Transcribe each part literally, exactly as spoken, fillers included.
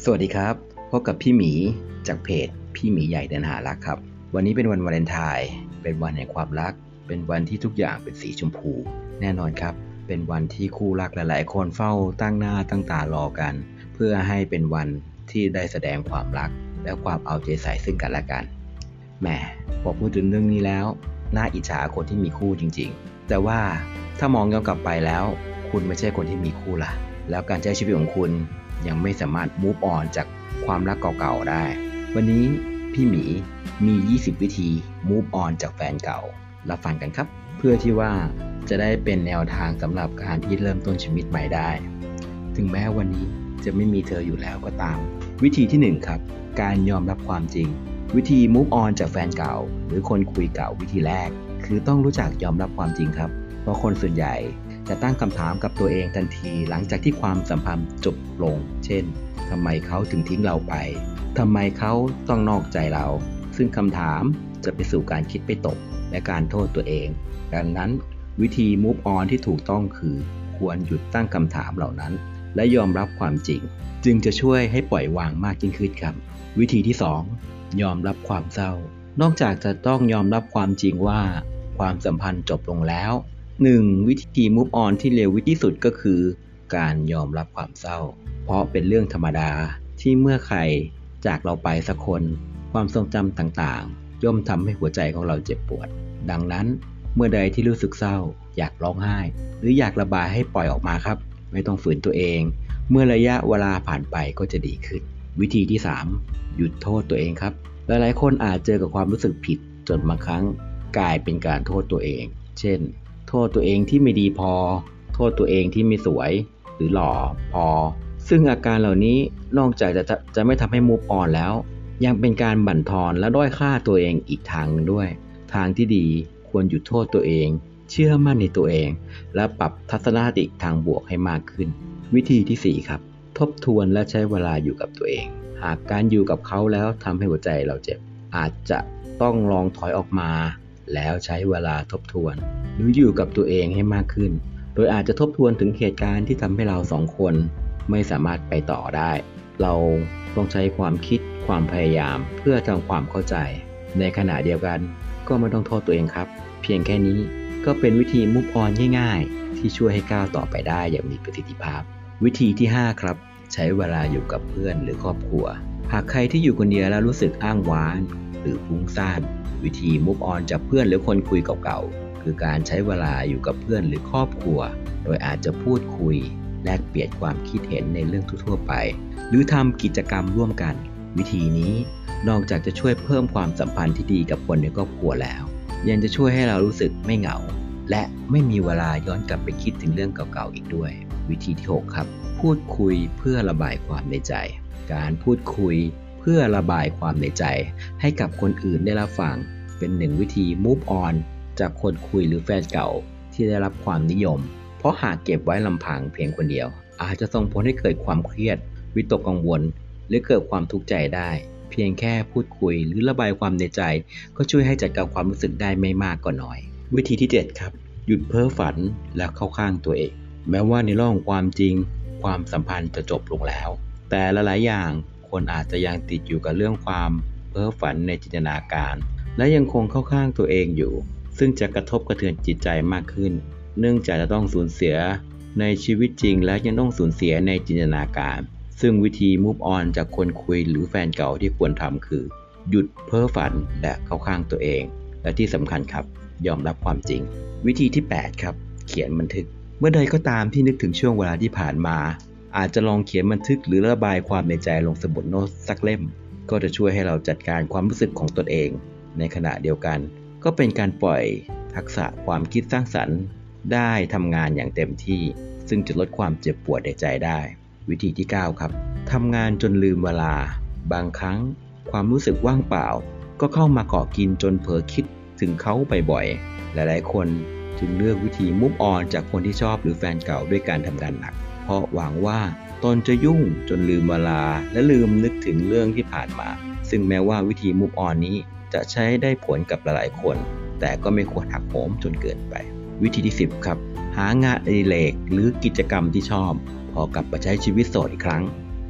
สวัสดีครับพบกับพี่หมีจากเพจพี่หมีใหญ่เดินหารักครับวันนี้เป็นวันวาเลนไทน์เป็นวันแห่งความรักเป็นวันที่ทุกอย่างเป็นสีชมพูแน่นอนครับเป็นวันที่คู่รักหลายๆคนเฝ้าตั้งหน้าตั้งตารอกันเพื่อให้เป็นวันที่ได้แสดงความรักและความเอาใจใส่ซึ่งกันและกันแหมพอพูดถึงเรื่องนี้แล้วน่าอิจฉาคนที่มีคู่จริงๆแต่ว่าถ้ามองย้อนกลับไปแล้วคุณไม่ใช่คนที่มีคู่ล่ะแล้วการใช้ชีวิตของคุณยังไม่สามารถ move on จากความรักเก่าๆได้วันนี้พี่หมีมี ยี่สิบ วิธี move on จากแฟนเก่ารับฟังกันครับเพื่อที่ว่าจะได้เป็นแนวทางสำหรับการที่เริ่มต้นชีวิตใหม่ได้ถึงแม้วันนี้จะไม่มีเธออยู่แล้วก็ตามวิธีที่หนึ่งครับการยอมรับความจริงวิธี move on จากแฟนเก่าหรือคนคุยเก่าวิธีแรกคือต้องรู้จักยอมรับความจริงครับเพราะคนส่วนใหญ่จะตั้งคำถามกับตัวเองทันทีหลังจากที่ความสัมพันธ์จบลงเช่นทำไมเขาถึงทิ้งเราไปทำไมเขาต้องนอกใจเราซึ่งคำถามจะไปสู่การคิดไปตกและการโทษตัวเองดังนั้นวิธี move on ที่ถูกต้องคือควรหยุดตั้งคำถามเหล่านั้นและยอมรับความจริงจึงจะช่วยให้ปล่อยวางมากยิ่งขึ้นครับวิธีที่สองยอมรับความเศร้านอกจากจะต้องยอมรับความจริงว่าความสัมพันธ์จบลงแล้วหนึ่งวิธี move on ที่เร็วที่สุดก็คือการยอมรับความเศร้าเพราะเป็นเรื่องธรรมดาที่เมื่อใครจากเราไปสักคนความทรงจำต่างๆย่อมทำให้หัวใจของเราเจ็บปวดดังนั้นเมื่อใดที่รู้สึกเศร้าอยากร้องไห้หรืออยากระบายให้ปล่อยออกมาครับไม่ต้องฝืนตัวเองเมื่อระยะเวลาผ่านไปก็จะดีขึ้นวิธีที่สามหยุดโทษตัวเองครับหลายๆคนอาจเจอกับความรู้สึกผิดจนบางครั้งกลายเป็นการโทษตัวเองเช่นโทษตัวเองที่ไม่ดีพอโทษตัวเองที่ไม่สวยหรือหล่อพอซึ่งอาการเหล่านี้นอกจากจะจะไม่ทำให้ move on แล้วยังเป็นการบั่นทอนและด้อยค่าตัวเองอีกทางด้วยทางที่ดีควรหยุดโทษตัวเองเชื่อมั่นในตัวเองและปรับทัศนคติทางบวกให้มากขึ้นวิธีที่สี่ครับทบทวนและใช้เวลาอยู่กับตัวเองหากการอยู่กับเขาแล้วทำให้หัวใจเราเจ็บอาจจะต้องลองถอยออกมาแล้วใช้เวลาทบทวนหรืออยู่กับตัวเองให้มากขึ้นโดยอาจจะทบทวนถึงเหตุการณ์ที่ทำให้เราสองคนไม่สามารถไปต่อได้เราต้องใช้ความคิดความพยายามเพื่อทำความเข้าใจในขณะเดียวกันก็ไม่ต้องโทษตัวเองครับเพียงแค่นี้ก็เป็นวิธี move on ง่ายๆที่ช่วยให้ก้าวต่อไปได้อย่างมีประสิทธิภาพวิธีที่ห้าครับใช้เวลาอยู่กับเพื่อนหรือครอบครัวหากใครที่อยู่คนเดียวแล้วรู้สึกอ้างว้างหรือฟุ้งซ่านวิธี move on จากเพื่อนหรือคนคุยเก่าๆคือการใช้เวลาอยู่กับเพื่อนหรือครอบครัวโดยอาจจะพูดคุยแลกเปลี่ยนความคิดเห็นในเรื่องทั่วๆไปหรือทำกิจกรรมร่วมกันวิธีนี้นอกจากจะช่วยเพิ่มความสัมพันธ์ที่ดีกับคนในครอบครัวแล้วยังจะช่วยให้เรารู้สึกไม่เหงาและไม่มีเวลาย้อนกลับไปคิดถึงเรื่องเก่าๆอีกด้วยวิธีที่หกครับพูดคุยเพื่อระบายความในใจการพูดคุยเพื่อระบายความในใจให้กับคนอื่นได้รับฟังเป็นหนึ่งวิธี move on จากคนคุยหรือแฟนเก่าที่ได้รับความนิยมเพราะหากเก็บไว้ลำพังเพียงคนเดียวอาจจะส่งผลให้เกิดความเครียดวิตกกังวลหรือเกิดความทุกข์ใจได้เพียงแค่พูดคุยหรือระบายความในใจก็ช่วยให้จัดการความรู้สึกได้ไม่มากก็น้อยวิธีที่เจ็ดครับหยุดเพ้อฝันและเข้าข้างตัวเองแม้ว่าในโลกของความจริงความสัมพันธ์จะจบลงแล้วแต่หลายๆอย่างคนอาจจะยังติดอยู่กับเรื่องความเพ้อฝันในจินตนาการและยังคงเข้าข้างตัวเองอยู่ซึ่งจะกระทบกระเทือนจิตใจมากขึ้นเนื่องจากจะต้องสูญเสียในชีวิตจริงและยังต้องสูญเสียในจินตนาการซึ่งวิธี move on จากคนคุยหรือแฟนเก่าที่ควรทำคือหยุดเพ้อฝันและเข้าข้างตัวเองและที่สำคัญครับยอมรับความจริงวิธีที่แปดครับเขียนบันทึกเมื่อใดก็ตามที่นึกถึงช่วงเวลาที่ผ่านมาอาจจะลองเขียนบันทึกหรือระบายความในใจลงสมุดโน้ตสักเล่มก็จะช่วยให้เราจัดการความรู้สึกของตนเองในขณะเดียวกันก็เป็นการปล่อยทักษะความคิดสร้างสรรค์ได้ทำงานอย่างเต็มที่ซึ่งจะลดความเจ็บปวดในใจได้วิธีที่เก้าครับทำงานจนลืมเวลาบางครั้งความรู้สึกว่างเปล่าก็เข้ามาเกาะกินจนเผลอคิดถึงเขาบ่อยๆหลายๆคนจึงเลือกวิธี move on จากคนที่ชอบหรือแฟนเก่าด้วยการทำงานหนักเพราะหวังว่าตนจะยุ่งจนลืมเวลาและลืมนึกถึงเรื่องที่ผ่านมาซึ่งแม้ว่าวิธี move on นี้จะใช้ได้ผลกับหลายๆคนแต่ก็ไม่ควรหักโหมจนเกินไปวิธีที่สิบครับหางานอดิเรกหรือกิจกรรมที่ชอบพอกลับมาใช้ชีวิตโสดอีกครั้ง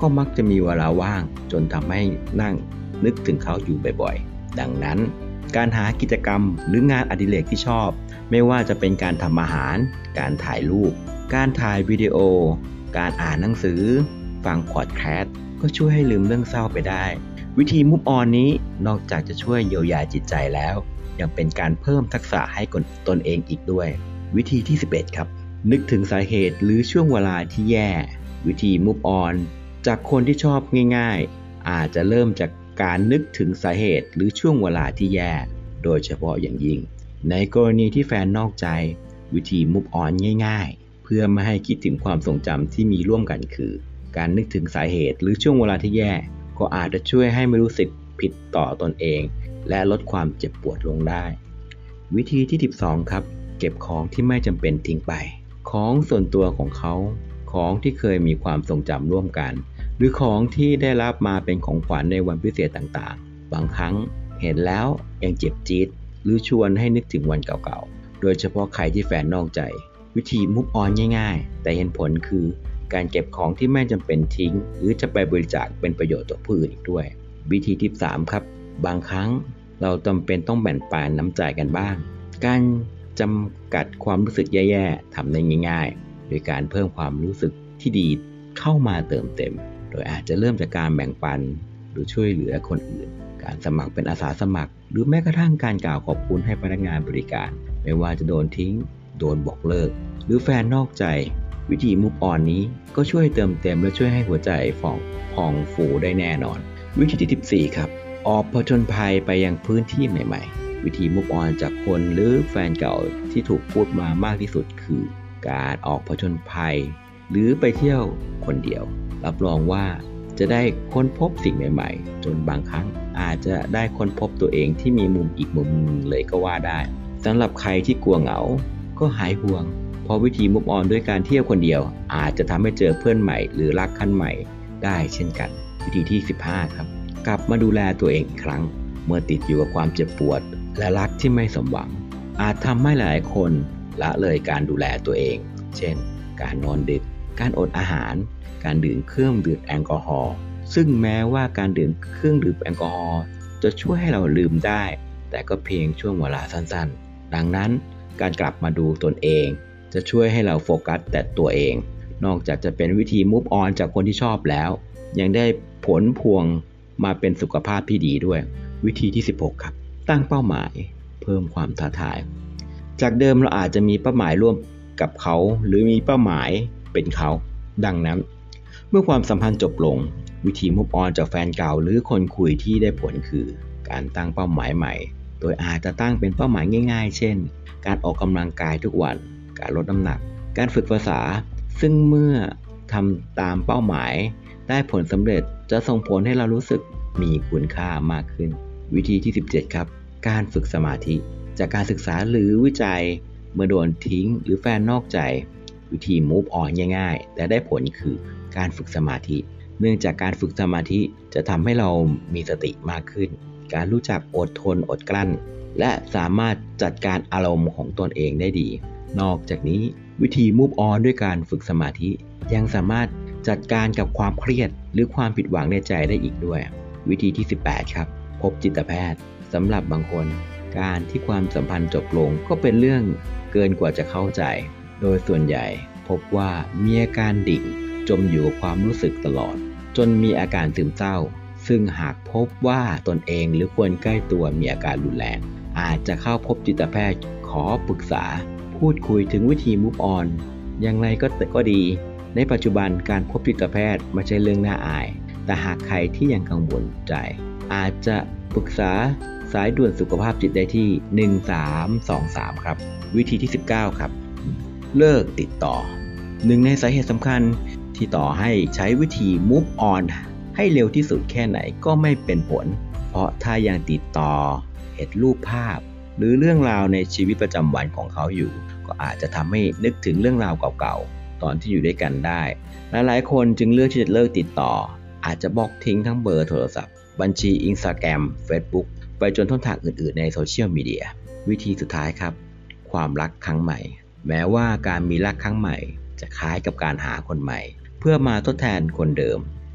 ก็มักจะมีเวลาว่างจนทำให้นั่งนึกถึงเขาอยู่บ่อยๆดังนั้นการหากิจกรรมหรืองานอดิเรกที่ชอบไม่ว่าจะเป็นการทำอาหารการถ่ายรูปการถ่ายวิดีโอการอ่านหนังสือฟังพอดแคสต์ก็ช่วยให้ลืมเรื่องเศร้าไปได้วิธี Move On นี้นอกจากจะช่วยเยียวยาจิตใจแล้วยังเป็นการเพิ่มทักษะให้ตนเองอีกด้วยวิธีที่สิบเอ็ดครับนึกถึงสาเหตุหรือช่วงเวลาที่แย่วิธี Move On จากคนที่ชอบง่ายๆอาจจะเริ่มจากการนึกถึงสาเหตุหรือช่วงเวลาที่แย่โดยเฉพาะอย่างยิ่งในกรณีที่แฟนนอกใจวิธี Move On ง่ายๆเพื่อไม่ให้คิดถึงความทรงจำที่มีร่วมกันคือการนึกถึงสาเหตุหรือช่วงเวลาที่แย่ก็อาจจะช่วยให้ไม่รู้สึกผิดต่อตนเองและลดความเจ็บปวดลงได้วิธีที่สิบสองครับเก็บของที่ไม่จำเป็นทิ้งไปของส่วนตัวของเขาของที่เคยมีความทรงจำร่วมกันหรือของที่ได้รับมาเป็นของขวัญในวันพิเศษต่างๆบางครั้งเห็นแล้วยังเจ็บจี๊ดหรือชวนให้นึกถึงวันเก่าๆโดยเฉพาะใครที่แฟนนอกใจวิธี Move On ง่ายๆแต่เห็นผลคือการเก็บของที่ไม่จำเป็นทิ้งหรือจะไปบริจาคเป็นประโยชน์ต่อผู้อื่นอีกด้วยวิธีที่สามครับบางครั้งเราจำเป็นต้องแบ่งปันน้ำใจกันบ้างการจำกัดความรู้สึกแย่ๆทำได้ง่ายๆโดยการเพิ่มความรู้สึกที่ดีเข้ามาเติมเต็มโดยอาจจะเริ่มจากการแบ่งปันหรือช่วยเหลือคนอื่นการสมัครเป็นอาสาสมัครหรือแม้กระทั่งการกล่าวขอบคุณให้พนักงานบริการไม่ว่าจะโดนทิ้งโดนบอกเลิกหรือแฟนนอกใจวิธี Move On นี้ก็ช่วยเติมเต็มและช่วยให้หัวใจฝ่องพองฟูได้แน่นอนวิธีที่สิบสี่ครับออกผจญภัยไปยังพื้นที่ใหม่ๆวิธี Move On จากคนหรือแฟนเก่าที่ถูกพูดมามากที่สุดคือการออกผจญภัยหรือไปเที่ยวคนเดียวรับรองว่าจะได้ค้นพบสิ่งใหม่ๆจนบางครั้งอาจจะได้ค้นพบตัวเองที่มีมุมอีกมุมเลยก็ว่าได้สำหรับใครที่กลัวเหงาก็หายห่วงเพราะวิธี Move On ด้วยการเที่ยวคนเดียวอาจจะทำให้เจอเพื่อนใหม่หรือรักขั้นใหม่ได้เช่นกันวิธีที่สิบห้าครับกลับมาดูแลตัวเองอีกครั้งเมื่อติดอยู่กับความเจ็บปวดและรักที่ไม่สมหวังอาจทำให้หลายคนละเลยการดูแลตัวเองเช่นการนอนดึกการอดอาหารการดื่มเครื่องดื่มแอลกอฮอล์ซึ่งแม้ว่าการดื่มเครื่องดื่มแอลกอฮอล์จะช่วยให้เราลืมได้แต่ก็เพียงช่วงเวลาสั้นๆดังนั้นการกลับมาดูตนเองจะช่วยให้เราโฟกัสแต่ตัวเองนอกจากจะเป็นวิธี Move On จากคนที่ชอบแล้วยังได้ผลพวงมาเป็นสุขภาพที่ดีด้วยวิธีที่สิบหกครับตั้งเป้าหมายเพิ่มความท้าทายจากเดิมเราอาจจะมีเป้าหมายร่วมกับเขาหรือมีเป้าหมายเป็นเขาดังนั้นเมื่อความสัมพันธ์จบลงวิธี Move On จากแฟนเก่าหรือคนคุยที่ได้ผลคือการตั้งเป้าหมายใหม่โดยอาจจะตั้งเป็นเป้าหมายง่ายๆเช่นการออกกำลังกายทุกวันการลดน้ำหนักการฝึกภาษาซึ่งเมื่อทำตามเป้าหมายได้ผลสำเร็จจะส่งผลให้เรารู้สึกมีคุณค่ามากขึ้นวิธีที่สิบเจ็ดครับการฝึกสมาธิจากการศึกษาหรือวิจัยเมื่อโดนทิ้งหรือแฟนนอกใจวิธี Move On ง่ายๆแต่ได้ผลคือการฝึกสมาธิเนื่องจากการฝึกสมาธิจะทำให้เรามีสติมากขึ้นการรู้จักอดทนอดกลั้นและสามารถจัดการอารมณ์ของตนเองได้ดีนอกจากนี้วิธี Move On ด้วยการฝึกสมาธิยังสามารถจัดการกับความเครียดหรือความผิดหวังในใจได้อีกด้วยวิธีที่สิบแปดครับพบจิตแพทย์สำหรับบางคนการที่ความสัมพันธ์จบลงก็เป็นเรื่องเกินกว่าจะเข้าใจโดยส่วนใหญ่พบว่ามีอาการดิ่งจมอยู่กับความรู้สึกตลอดจนมีอาการซึมเศร้าซึ่งหากพบว่าตนเองหรือคนใกล้ตัวมีอาการรุนแรงอาจจะเข้าพบจิตแพทย์ขอปรึกษาพูดคุยถึงวิธี Move On อย่างไรก็ก็ดีในปัจจุบันการพบจิตแพทย์ไม่ใช่เรื่องน่าอายแต่หากใครที่ยังกังวลใจอาจจะปรึกษาสายด่วนสุขภาพจิตได้ที่หนึ่งสามสองสามครับวิธีที่สิบเก้าครับเลิกติดต่อหนึ่งในสาเหตุสำคัญที่ต่อให้ใช้วิธี Move On ให้เร็วที่สุดแค่ไหนก็ไม่เป็นผลเพราะถ้ายังติดต่อเห็นรูปภาพหรือเรื่องราวในชีวิตประจำวันของเขาอยู่ก็อาจจะทำให้นึกถึงเรื่องราวเก่าๆตอนที่อยู่ด้วยกันได้หลายๆคนจึงเลือกที่จะเลิกติดต่ออาจจะบล็อกทิ้งทั้งเบอร์โทรศัพท์บัญชี Instagram Facebook ไปจนช่องทางอื่นๆในโซเชียลมีเดียวิธีสุดท้ายครับความรักครั้งใหม่แม้ว่าการมีรักครั้งใหม่จะคล้ายกับการหาคนใหม่เพื่อมาทดแทนคนเดิม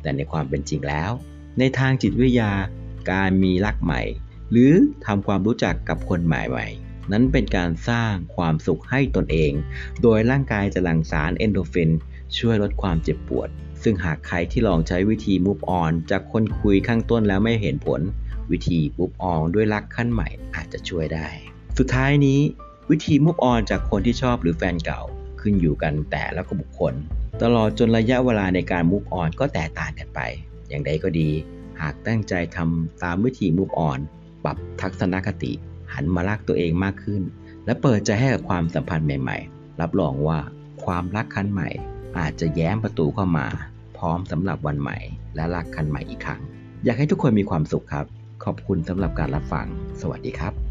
แต่ในความเป็นจริงแล้วในทางจิตวิทยาการมีรักใหม่หรือทำความรู้จักกับคนใหม่ๆนั้นเป็นการสร้างความสุขให้ตนเองโดยร่างกายจะหลั่งสารเอนโดรฟินช่วยลดความเจ็บปวดซึ่งหากใครที่ลองใช้วิธี move on จากคนคุยข้างต้นแล้วไม่เห็นผลวิธี move on ด้วยรักขั้นใหม่อาจจะช่วยได้สุดท้ายนี้วิธี move on จากคนที่ชอบหรือแฟนเก่าขึ้นอยู่กันแต่ละบุคคลตลอดจนระยะเวลาในการ move on ก็แตกต่างกันไปอย่างใดก็ดีหากตั้งใจทำตามวิธี move on ปรับทัศนคติหันมารักตัวเองมากขึ้นและเปิดใจให้กับความสัมพันธ์ใหม่ๆรับรองว่าความรักครั้งใหม่อาจจะแย้มประตูเข้ามาพร้อมสำหรับวันใหม่และรักครั้งใหม่อีกครั้งอยากให้ทุกคนมีความสุขครับขอบคุณสำหรับการรับฟังสวัสดีครับ